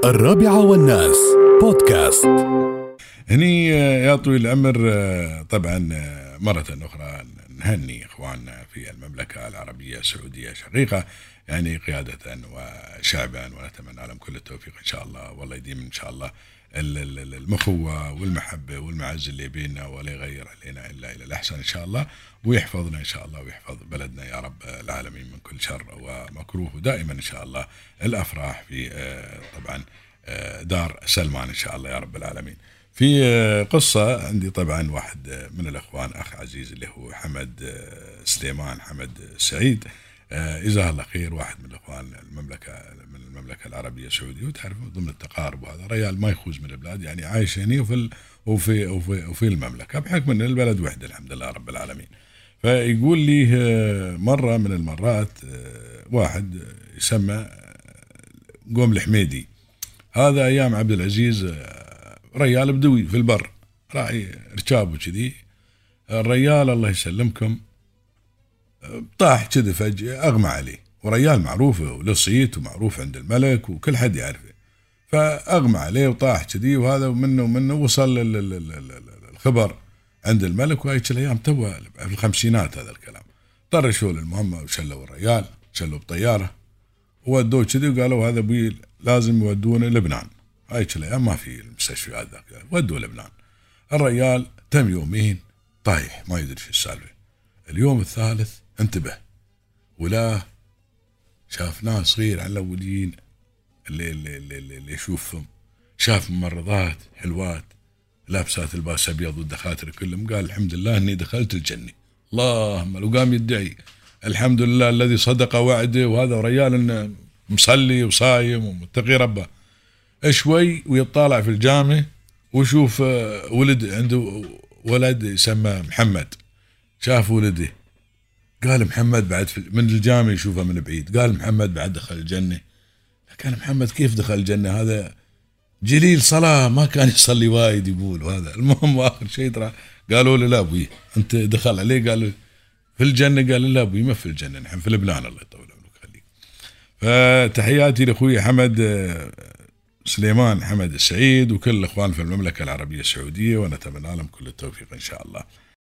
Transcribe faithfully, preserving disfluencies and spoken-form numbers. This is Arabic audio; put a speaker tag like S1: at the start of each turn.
S1: الرابعة والناس بودكاست.
S2: هني يا طويل العمر طبعا مرة أخرى نهني إخواننا في المملكة العربية السعودية الشقيقة، يعني قيادة وشعبا، ونتمنى لهم كل التوفيق إن شاء الله، والله يديم إن شاء الله المخوة والمحبة والمعز اللي بيننا، ولا يغير علينا إلا إلى الأحسن إن شاء الله، ويحفظنا إن شاء الله ويحفظ بلدنا يا رب العالمين من كل شر ومكروه، ودائما إن شاء الله الأفراح في طبعا دار سلمان إن شاء الله يا رب العالمين. في قصة عندي طبعا واحد من الأخوان أخ عزيز اللي هو حمد سليمان حمد سعيد، جزاه الله خير، واحد من الأخوان المملكة من المملكة العربية السعودية، وتعرف ضمن التقارب، وهذا ريال ما يخوز من البلاد، يعني عايش هنا وفي وفي وفي, وفي المملكة بحكم أن البلد وحدة الحمد لله رب العالمين. فيقول لي مرة من المرات واحد يسمى قوم الحميدي، هذا أيام عبد العزيز، ريال بدوي في البر راعي ركاب وكذي، الريال الله يسلمكم طاح كذا فجأة أغمى عليه، وريال معروفه وله صيت ومعروف عند الملك وكل حد يعرفه، فأغمى عليه وطاح كذي، وهذا ومنه ومنه وصل الخبر عند الملك، وهاي الأيام تو في الخمسينات هذا الكلام. طرشوا للمهمة وشلوا الريال، شلوا بطيارة وودوه كذي، وقالوا هذا بي لازم يودونه لبنان، هاي الأيام ما في المستشفيات ذاك، ودوا لبنان. الريال تم يومين طايح ما يدري شو السالفة. اليوم الثالث انتبه، ولا شاف ناس صغير على الأولين اللي, اللي, اللي, اللي يشوفهم، شاف ممرضات حلوات لابسات الباس أبيض والدكاترة كلهم، قال الحمد لله أني دخلت الجنة، اللهم، وقام يدعي الحمد لله الذي صدق وعده، وهذا ريال إنه مصلي وصايم ومتقي ربه. شوي ويطالع في الجامع وشوف ولد عنده ولد يسمى محمد، شاف ولده قال محمد بعد من الجامع يشوفه من بعيد، قال محمد بعد دخل الجنة. لكن محمد كيف دخل الجنة؟ هذا جليل صلاة ما كان يصلي وايد يقول، وهذا المهم آخر شيء ترى قالوا له لا أبوي أنت دخل عليه، قال في الجنة، قال لا أبوي ما في الجنة، نحن في لبنان الله يطول عمرك خليك. فتحياتي لأخوي حمد سليمان حمد السعيد وكل الأخوان في المملكة العربية السعودية، ونتمنى لهم كل التوفيق إن شاء الله.